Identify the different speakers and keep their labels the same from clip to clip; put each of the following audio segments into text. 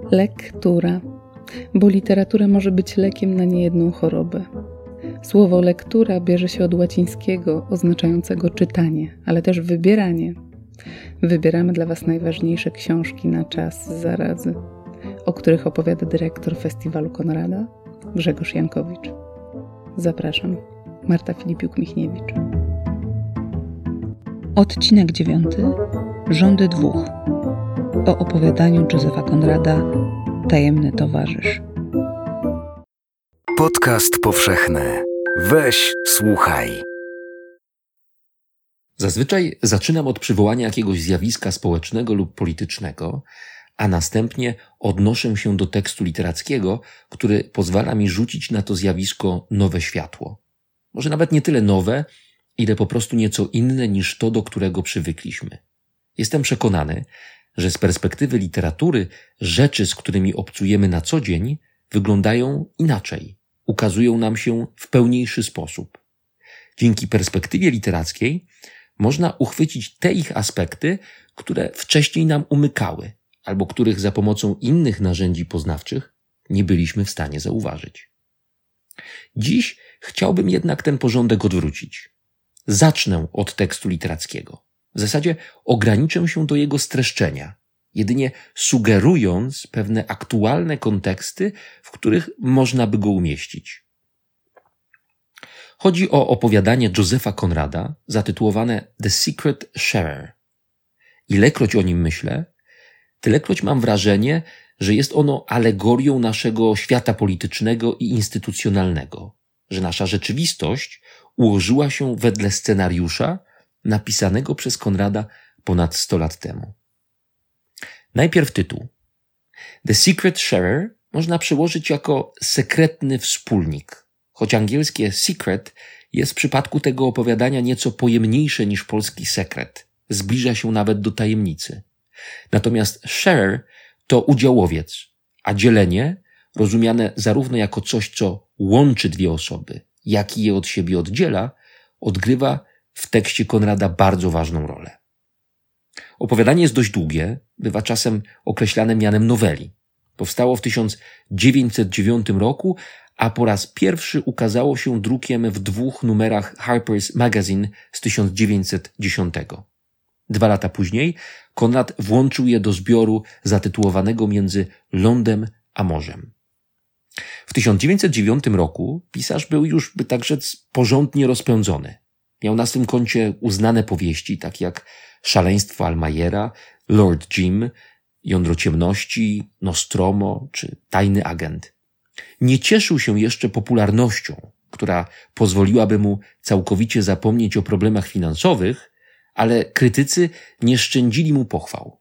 Speaker 1: Lektura, bo literatura może być lekiem na niejedną chorobę. Słowo lektura bierze się od łacińskiego oznaczającego czytanie, ale też wybieranie. Wybieramy dla Was najważniejsze książki na czas zarazy, o których opowiada dyrektor Festiwalu Konrada, Grzegorz Jankowicz. Zapraszam, Marta Filipiuk-Michniewicz.
Speaker 2: Odcinek 9. Rządy dwóch. O opowiadaniu Józefa Konrada Tajemny towarzysz.
Speaker 3: Podcast powszechny. Weź, słuchaj.
Speaker 4: Zazwyczaj zaczynam od przywołania jakiegoś zjawiska społecznego lub politycznego, a następnie odnoszę się do tekstu literackiego, który pozwala mi rzucić na to zjawisko nowe światło. Może nawet nie tyle nowe, ile po prostu nieco inne niż to, do którego przywykliśmy. Jestem przekonany, że z perspektywy literatury rzeczy, z którymi obcujemy na co dzień, wyglądają inaczej, ukazują nam się w pełniejszy sposób. Dzięki perspektywie literackiej można uchwycić te ich aspekty, które wcześniej nam umykały, albo których za pomocą innych narzędzi poznawczych nie byliśmy w stanie zauważyć. Dziś chciałbym jednak ten porządek odwrócić. Zacznę od tekstu literackiego. W zasadzie ograniczę się do jego streszczenia, jedynie sugerując pewne aktualne konteksty, w których można by go umieścić. Chodzi o opowiadanie Józefa Konrada zatytułowane The Secret Sharer. Ilekroć o nim myślę, tylekroć mam wrażenie, że jest ono alegorią naszego świata politycznego i instytucjonalnego, że nasza rzeczywistość ułożyła się wedle scenariusza napisanego przez Konrada ponad 100 lat temu. Najpierw tytuł. The Secret Sharer można przełożyć jako sekretny wspólnik, choć angielskie secret jest w przypadku tego opowiadania nieco pojemniejsze niż polski sekret, zbliża się nawet do tajemnicy. Natomiast sharer to udziałowiec, a dzielenie, rozumiane zarówno jako coś, co łączy dwie osoby, jak i je od siebie oddziela, odgrywa w tekście Konrada bardzo ważną rolę. Opowiadanie jest dość długie, bywa czasem określane mianem noweli. Powstało w 1909 roku, a po raz pierwszy ukazało się drukiem w 2 numerach Harper's Magazine z 1910. 2 lata później Konrad włączył je do zbioru zatytułowanego Między lądem a morzem. W 1909 roku pisarz był już, by tak rzec, porządnie rozpędzony. Miał na swym koncie uznane powieści, takie jak Szaleństwo Almayera, Lord Jim, Jądro ciemności, Nostromo czy Tajny agent. Nie cieszył się jeszcze popularnością, która pozwoliłaby mu całkowicie zapomnieć o problemach finansowych, ale krytycy nie szczędzili mu pochwał.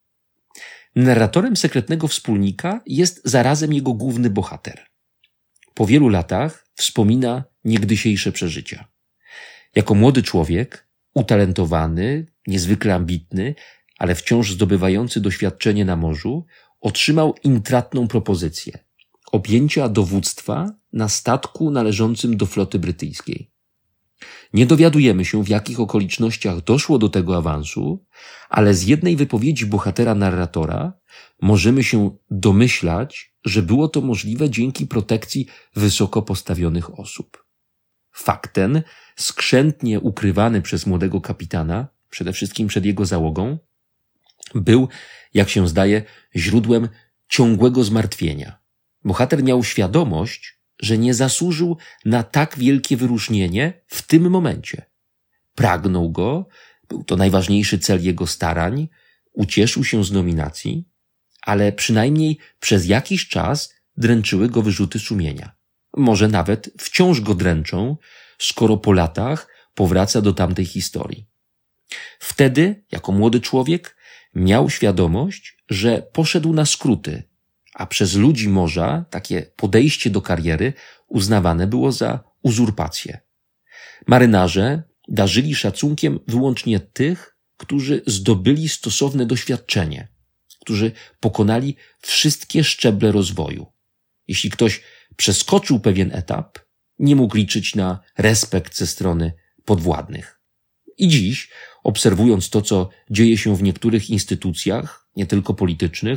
Speaker 4: Narratorem sekretnego wspólnika jest zarazem jego główny bohater. Po wielu latach wspomina niegdysiejsze przeżycia. Jako młody człowiek, utalentowany, niezwykle ambitny, ale wciąż zdobywający doświadczenie na morzu, otrzymał intratną propozycję objęcia dowództwa na statku należącym do floty brytyjskiej. Nie dowiadujemy się, w jakich okolicznościach doszło do tego awansu, ale z jednej wypowiedzi bohatera narratora możemy się domyślać, że było to możliwe dzięki protekcji wysoko postawionych osób. Fakt ten, skrzętnie ukrywany przez młodego kapitana, przede wszystkim przed jego załogą, był, jak się zdaje, źródłem ciągłego zmartwienia. Bohater miał świadomość, że nie zasłużył na tak wielkie wyróżnienie w tym momencie. Pragnął go, był to najważniejszy cel jego starań, ucieszył się z nominacji, ale przynajmniej przez jakiś czas dręczyły go wyrzuty sumienia. Może nawet wciąż go dręczą, skoro po latach powraca do tamtej historii. Wtedy, jako młody człowiek, miał świadomość, że poszedł na skróty, a przez ludzi morza takie podejście do kariery uznawane było za uzurpację. Marynarze darzyli szacunkiem wyłącznie tych, którzy zdobyli stosowne doświadczenie, którzy pokonali wszystkie szczeble rozwoju. Jeśli ktoś przeskoczył pewien etap, nie mógł liczyć na respekt ze strony podwładnych. I dziś, obserwując to, co dzieje się w niektórych instytucjach, nie tylko politycznych,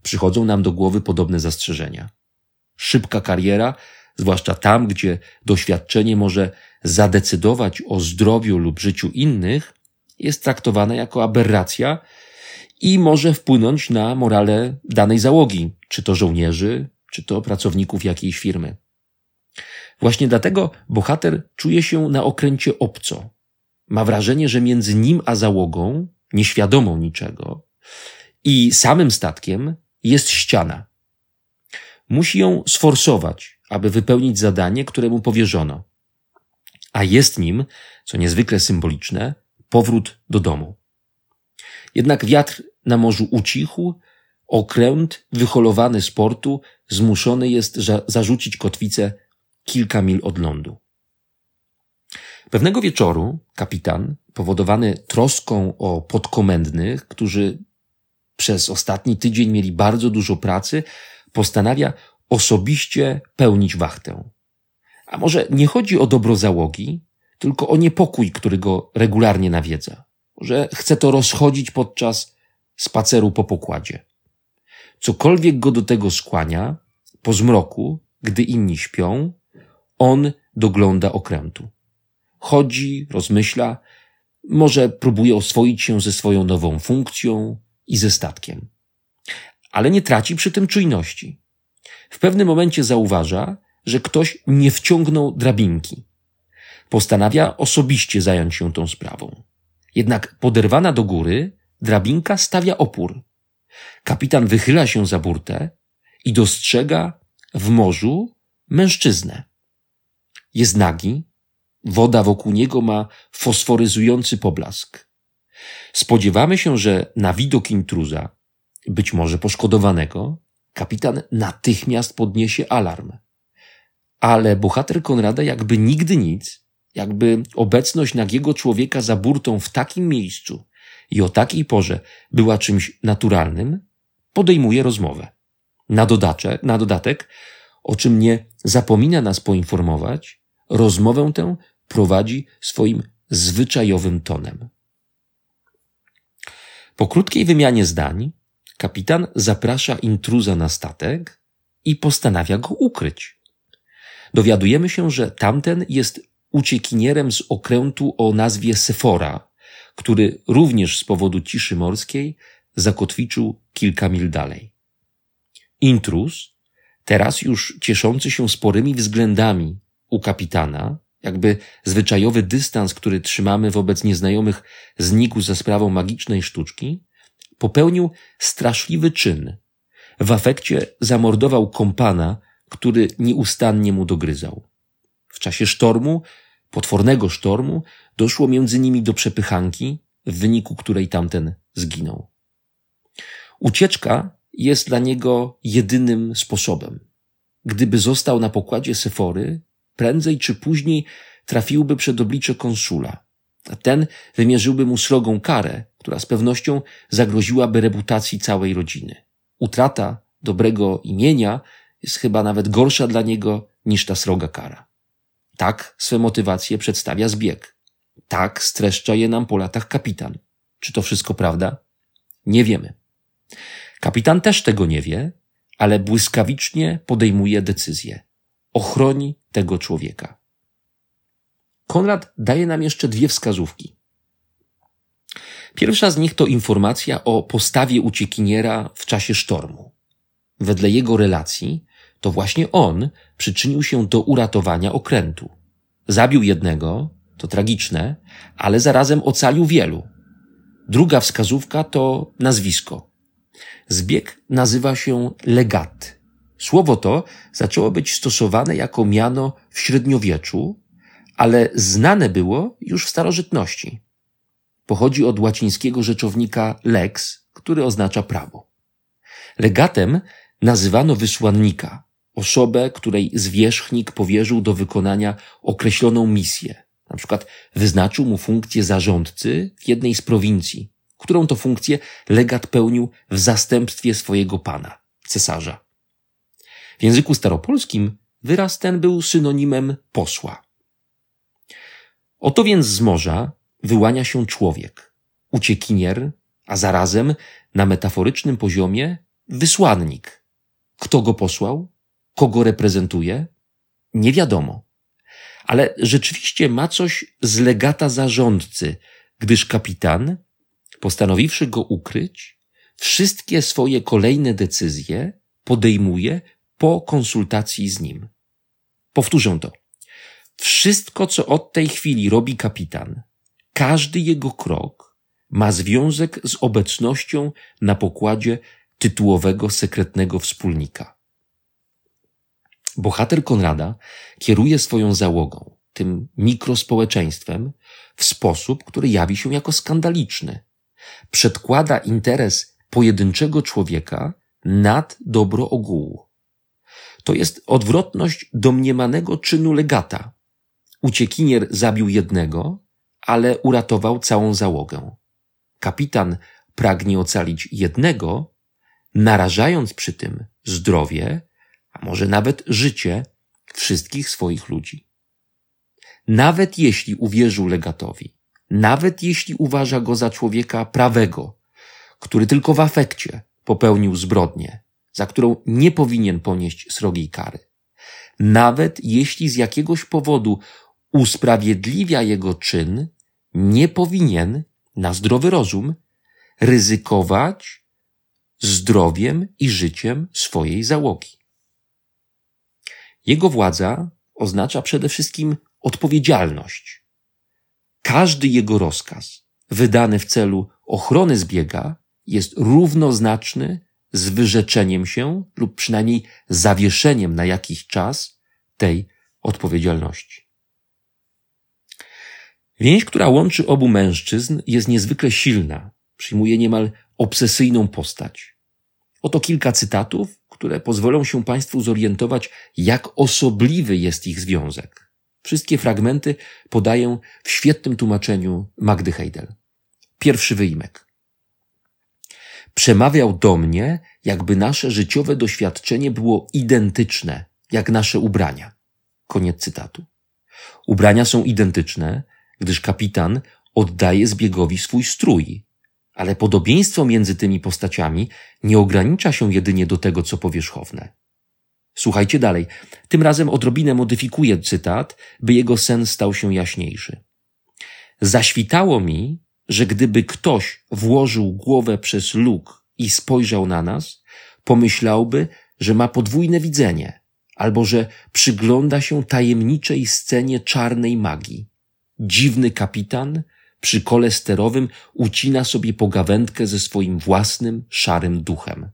Speaker 4: przychodzą nam do głowy podobne zastrzeżenia. Szybka kariera, zwłaszcza tam, gdzie doświadczenie może zadecydować o zdrowiu lub życiu innych, jest traktowana jako aberracja i może wpłynąć na morale danej załogi, czy to żołnierzy, czy to pracowników jakiejś firmy. Właśnie dlatego bohater czuje się na okręcie obco. Ma wrażenie, że między nim a załogą, nieświadomą niczego, i samym statkiem jest ściana. Musi ją sforsować, aby wypełnić zadanie, które mu powierzono. A jest nim, co niezwykle symboliczne, powrót do domu. Jednak wiatr na morzu ucichł, okręt wyholowany z portu zmuszony jest zarzucić kotwicę kilka mil od lądu. Pewnego wieczoru kapitan, powodowany troską o podkomendnych, którzy przez ostatni tydzień mieli bardzo dużo pracy, postanawia osobiście pełnić wachtę. A może nie chodzi o dobro załogi, tylko o niepokój, który go regularnie nawiedza. Że chce to rozchodzić podczas spaceru po pokładzie. Cokolwiek go do tego skłania, po zmroku, gdy inni śpią, on dogląda okrętu. Chodzi, rozmyśla, może próbuje oswoić się ze swoją nową funkcją i ze statkiem. Ale nie traci przy tym czujności. W pewnym momencie zauważa, że ktoś nie wciągnął drabinki. Postanawia osobiście zająć się tą sprawą. Jednak poderwana do góry, drabinka stawia opór. Kapitan wychyla się za burtę i dostrzega w morzu mężczyznę. Jest nagi, woda wokół niego ma fosforyzujący poblask. Spodziewamy się, że na widok intruza, być może poszkodowanego, kapitan natychmiast podniesie alarm. Ale bohater Konrada jakby nigdy nic, jakby obecność nagiego człowieka za burtą w takim miejscu i o takiej porze była czymś naturalnym, podejmuje rozmowę. Na dodatek, o czym nie zapomina nas poinformować, rozmowę tę prowadzi swoim zwyczajowym tonem. Po krótkiej wymianie zdań kapitan zaprasza intruza na statek i postanawia go ukryć. Dowiadujemy się, że tamten jest uciekinierem z okrętu o nazwie Sefora, który również z powodu ciszy morskiej zakotwiczył kilka mil dalej. Intruz, teraz już cieszący się sporymi względami u kapitana, jakby zwyczajowy dystans, który trzymamy wobec nieznajomych, znikł za sprawą magicznej sztuczki, popełnił straszliwy czyn. W afekcie zamordował kompana, który nieustannie mu dogryzał. W czasie sztormu, potwornego sztormu, doszło między nimi do przepychanki, w wyniku której tamten zginął. Ucieczka jest dla niego jedynym sposobem. Gdyby został na pokładzie Sefory, prędzej czy później trafiłby przed oblicze konsula, a ten wymierzyłby mu srogą karę, która z pewnością zagroziłaby reputacji całej rodziny. Utrata dobrego imienia jest chyba nawet gorsza dla niego niż ta sroga kara. Tak swe motywacje przedstawia zbieg. Tak streszcza je nam po latach kapitan. Czy to wszystko prawda? Nie wiemy. Kapitan też tego nie wie, ale błyskawicznie podejmuje decyzję. Ochroni tego człowieka. Konrad daje nam jeszcze 2 wskazówki. Pierwsza z nich to informacja o postawie uciekiniera w czasie sztormu. Wedle jego relacji to właśnie on przyczynił się do uratowania okrętu. Zabił jednego, to tragiczne, ale zarazem ocalił wielu. Druga wskazówka to nazwisko. Zbieg nazywa się legat. Słowo to zaczęło być stosowane jako miano w średniowieczu, ale znane było już w starożytności. Pochodzi od łacińskiego rzeczownika lex, który oznacza prawo. Legatem nazywano wysłannika, osobę, której zwierzchnik powierzył do wykonania określoną misję. Na przykład wyznaczył mu funkcję zarządcy w jednej z prowincji, którą to funkcję legat pełnił w zastępstwie swojego pana, cesarza. W języku staropolskim wyraz ten był synonimem posła. Oto więc z morza wyłania się człowiek, uciekinier, a zarazem na metaforycznym poziomie wysłannik. Kto go posłał? Kogo reprezentuje? Nie wiadomo. Ale rzeczywiście ma coś z legata zarządcy, gdyż kapitan, postanowiwszy go ukryć, wszystkie swoje kolejne decyzje podejmuje po konsultacji z nim. Powtórzę to. Wszystko, co od tej chwili robi kapitan, każdy jego krok ma związek z obecnością na pokładzie tytułowego sekretnego wspólnika. Bohater Konrada kieruje swoją załogą, tym mikrospołeczeństwem, w sposób, który jawi się jako skandaliczny. Przedkłada interes pojedynczego człowieka nad dobro ogółu. To jest odwrotność domniemanego czynu legata. Uciekinier zabił jednego, ale uratował całą załogę. Kapitan pragnie ocalić jednego, narażając przy tym zdrowie, a może nawet życie wszystkich swoich ludzi. Nawet jeśli uwierzył legatowi, nawet jeśli uważa go za człowieka prawego, który tylko w afekcie popełnił zbrodnię, za którą nie powinien ponieść srogiej kary, nawet jeśli z jakiegoś powodu usprawiedliwia jego czyn, nie powinien, na zdrowy rozum, ryzykować zdrowiem i życiem swojej załogi. Jego władza oznacza przede wszystkim odpowiedzialność. Każdy jego rozkaz, wydany w celu ochrony zbiega, jest równoznaczny z wyrzeczeniem się lub przynajmniej zawieszeniem na jakiś czas tej odpowiedzialności. Więź, która łączy obu mężczyzn, jest niezwykle silna, przyjmuje niemal obsesyjną postać. Oto kilka cytatów, które pozwolą się Państwu zorientować, jak osobliwy jest ich związek. Wszystkie fragmenty podaję w świetnym tłumaczeniu Magdy Heidel. Pierwszy wyimek. Przemawiał do mnie, jakby nasze życiowe doświadczenie było identyczne, jak nasze ubrania. Koniec cytatu. Ubrania są identyczne, gdyż kapitan oddaje zbiegowi swój strój, ale podobieństwo między tymi postaciami nie ogranicza się jedynie do tego, co powierzchowne. Słuchajcie dalej. Tym razem odrobinę modyfikuję cytat, by jego sens stał się jaśniejszy. Zaświtało mi, że gdyby ktoś włożył głowę przez luk i spojrzał na nas, pomyślałby, że ma podwójne widzenie, albo że przygląda się tajemniczej scenie czarnej magii. Dziwny kapitan przy kole sterowym ucina sobie pogawędkę ze swoim własnym szarym duchem.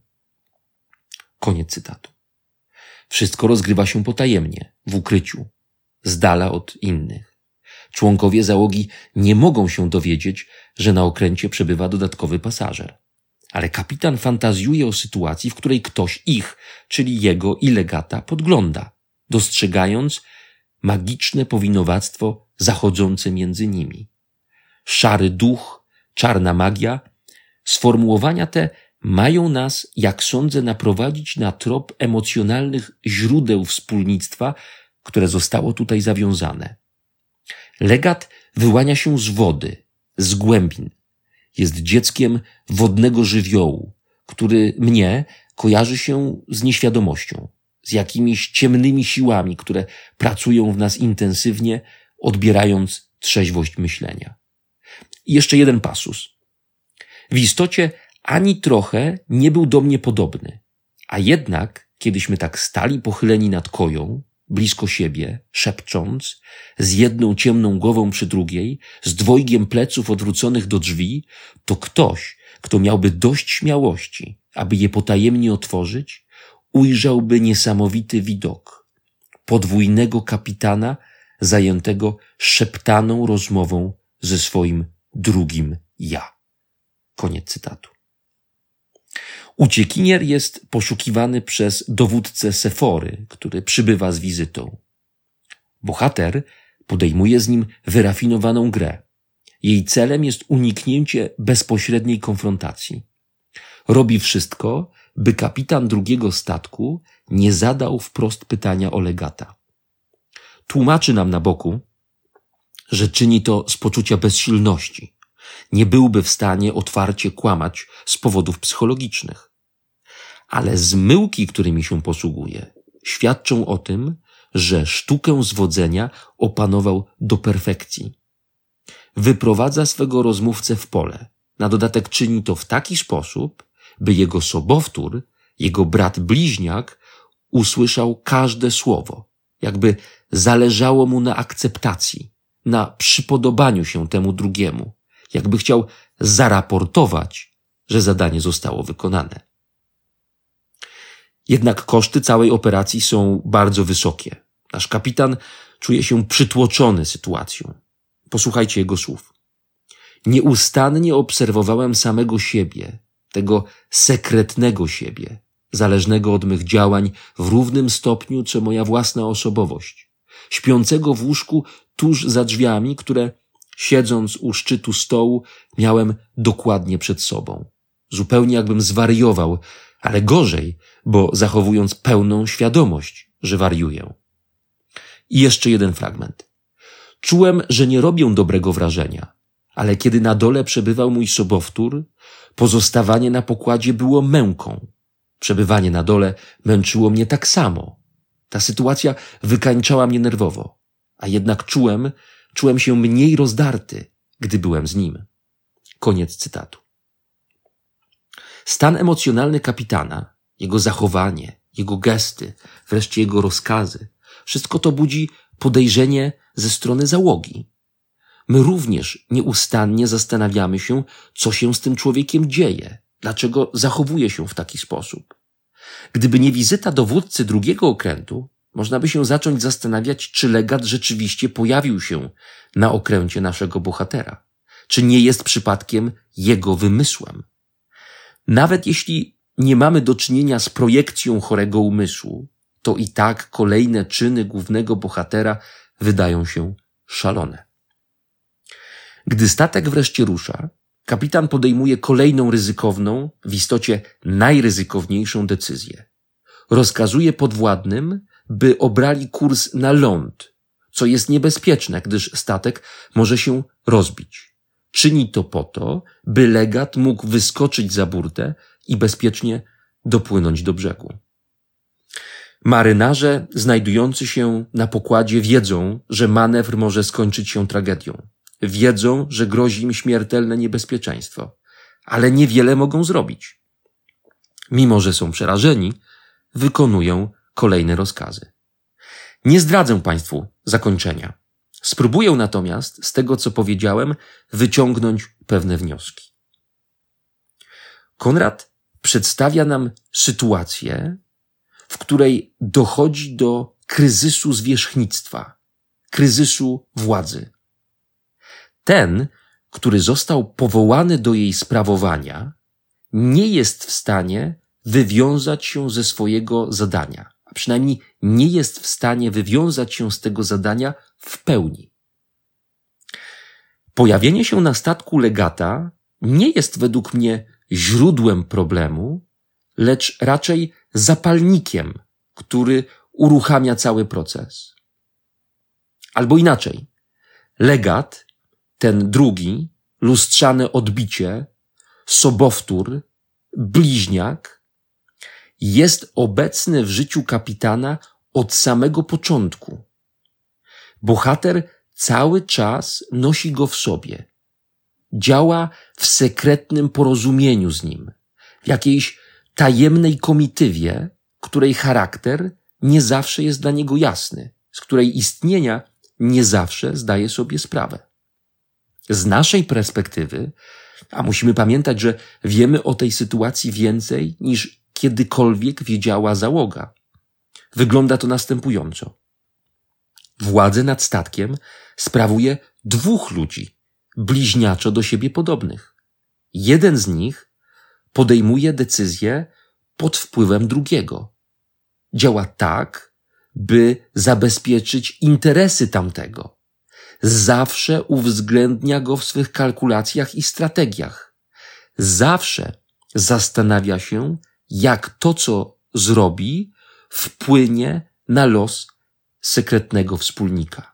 Speaker 4: Koniec cytatu. Wszystko rozgrywa się potajemnie, w ukryciu, z dala od innych. Członkowie załogi nie mogą się dowiedzieć, że na okręcie przebywa dodatkowy pasażer. Ale kapitan fantazjuje o sytuacji, w której ktoś ich, czyli jego i legata, podgląda, dostrzegając magiczne powinowactwo zachodzące między nimi. Szary duch, czarna magia, sformułowania te mają nas, jak sądzę, naprowadzić na trop emocjonalnych źródeł wspólnictwa, które zostało tutaj zawiązane. Legat wyłania się z wody, z głębin. Jest dzieckiem wodnego żywiołu, który mnie kojarzy się z nieświadomością, z jakimiś ciemnymi siłami, które pracują w nas intensywnie, odbierając trzeźwość myślenia. I jeszcze jeden pasus. W istocie ani trochę nie był do mnie podobny, a jednak, kiedyśmy tak stali pochyleni nad koją, blisko siebie, szepcząc, z jedną ciemną głową przy drugiej, z dwojgiem pleców odwróconych do drzwi, to ktoś, kto miałby dość śmiałości, aby je potajemnie otworzyć, ujrzałby niesamowity widok podwójnego kapitana zajętego szeptaną rozmową ze swoim drugim ja. Koniec cytatu. Uciekinier jest poszukiwany przez dowódcę Sefory, który przybywa z wizytą. Bohater podejmuje z nim wyrafinowaną grę. Jej celem jest uniknięcie bezpośredniej konfrontacji. Robi wszystko, by kapitan drugiego statku nie zadał wprost pytania o legata. Tłumaczy nam na boku, że czyni to z poczucia bezsilności. Nie byłby w stanie otwarcie kłamać z powodów psychologicznych. ale zmyłki, którymi się posługuje, świadczą o tym, że sztukę zwodzenia opanował do perfekcji. Wyprowadza swego rozmówcę w pole. Na dodatek czyni to w taki sposób, by jego sobowtór, jego brat bliźniak, usłyszał każde słowo, jakby zależało mu na akceptacji, na przypodobaniu się temu drugiemu, jakby chciał zaraportować, że zadanie zostało wykonane. Jednak koszty całej operacji są bardzo wysokie. Nasz kapitan czuje się przytłoczony sytuacją. Posłuchajcie jego słów. Nieustannie obserwowałem samego siebie, tego sekretnego siebie, zależnego od mych działań w równym stopniu, co moja własna osobowość, śpiącego w łóżku tuż za drzwiami, które, siedząc u szczytu stołu, miałem dokładnie przed sobą. Zupełnie jakbym zwariował, ale gorzej, bo zachowując pełną świadomość, że wariuję. I jeszcze jeden fragment. Czułem, że nie robię dobrego wrażenia, ale kiedy na dole przebywał mój sobowtór, pozostawanie na pokładzie było męką. Przebywanie na dole męczyło mnie tak samo. Ta sytuacja wykańczała mnie nerwowo, a jednak czułem się mniej rozdarty, gdy byłem z nim. Koniec cytatu. Stan emocjonalny kapitana, jego zachowanie, jego gesty, wreszcie jego rozkazy, wszystko to budzi podejrzenie ze strony załogi. My również nieustannie zastanawiamy się, co się z tym człowiekiem dzieje, dlaczego zachowuje się w taki sposób. Gdyby nie wizyta dowódcy drugiego okrętu, można by się zacząć zastanawiać, czy legat rzeczywiście pojawił się na okręcie naszego bohatera, czy nie jest przypadkiem jego wymysłem. Nawet jeśli nie mamy do czynienia z projekcją chorego umysłu, to i tak kolejne czyny głównego bohatera wydają się szalone. Gdy statek wreszcie rusza, kapitan podejmuje kolejną ryzykowną, w istocie najryzykowniejszą decyzję. Rozkazuje podwładnym, by obrali kurs na ląd, co jest niebezpieczne, gdyż statek może się rozbić. Czyni to po to, by legat mógł wyskoczyć za burtę i bezpiecznie dopłynąć do brzegu. Marynarze znajdujący się na pokładzie wiedzą, że manewr może skończyć się tragedią. Wiedzą, że grozi im śmiertelne niebezpieczeństwo, ale niewiele mogą zrobić. Mimo że są przerażeni, wykonują kolejne rozkazy. Nie zdradzę Państwu zakończenia. Spróbuję natomiast z tego, co powiedziałem, wyciągnąć pewne wnioski. Konrad przedstawia nam sytuację, w której dochodzi do kryzysu zwierzchnictwa, kryzysu władzy. Ten, który został powołany do jej sprawowania, nie jest w stanie wywiązać się ze swojego zadania, a przynajmniej nie jest w stanie wywiązać się z tego zadania w pełni. Pojawienie się na statku legata nie jest według mnie źródłem problemu, lecz raczej zapalnikiem, który uruchamia cały proces. Albo inaczej, legat, ten drugi, lustrzane odbicie, sobowtór, bliźniak, jest obecny w życiu kapitana od samego początku. Bohater cały czas nosi go w sobie. Działa w sekretnym porozumieniu z nim, w jakiejś tajemnej komitywie, której charakter nie zawsze jest dla niego jasny, z której istnienia nie zawsze zdaje sobie sprawę. Z naszej perspektywy, a musimy pamiętać, że wiemy o tej sytuacji więcej niż kiedykolwiek wiedziała załoga. Wygląda to następująco. Władzę nad statkiem sprawuje dwóch ludzi, bliźniaczo do siebie podobnych. Jeden z nich podejmuje decyzję pod wpływem drugiego. Działa tak, by zabezpieczyć interesy tamtego. Zawsze uwzględnia go w swych kalkulacjach i strategiach. Zawsze zastanawia się, jak to, co zrobi, wpłynie na los sekretnego wspólnika.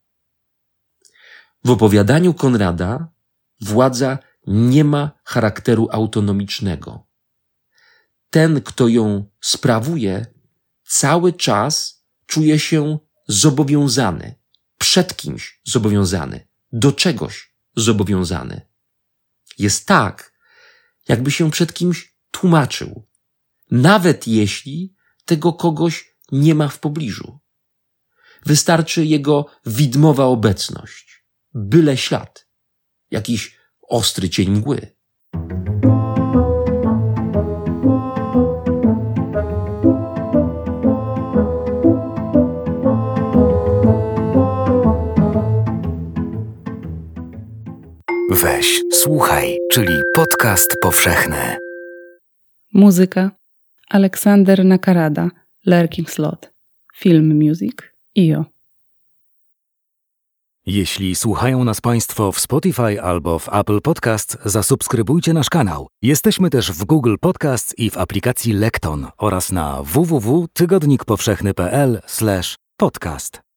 Speaker 4: W opowiadaniu Konrada władza nie ma charakteru autonomicznego. ten, kto ją sprawuje, cały czas czuje się zobowiązany, przed kimś zobowiązany, do czegoś zobowiązany. Jest tak, jakby się przed kimś tłumaczył, nawet jeśli tego kogoś nie ma w pobliżu. Wystarczy jego widmowa obecność, byle ślad, jakiś ostry cień mgły.
Speaker 3: Weź, słuchaj, czyli podcast powszechny.
Speaker 1: Muzyka Aleksander Nakarada, Lurking Slot. Film Music IO.
Speaker 3: Jeśli słuchają nas Państwo w Spotify albo w Apple Podcast, zasubskrybujcie nasz kanał. Jesteśmy też w Google Podcast i w aplikacji Lekton oraz na www.tygodnikpowszechny.pl/podcast.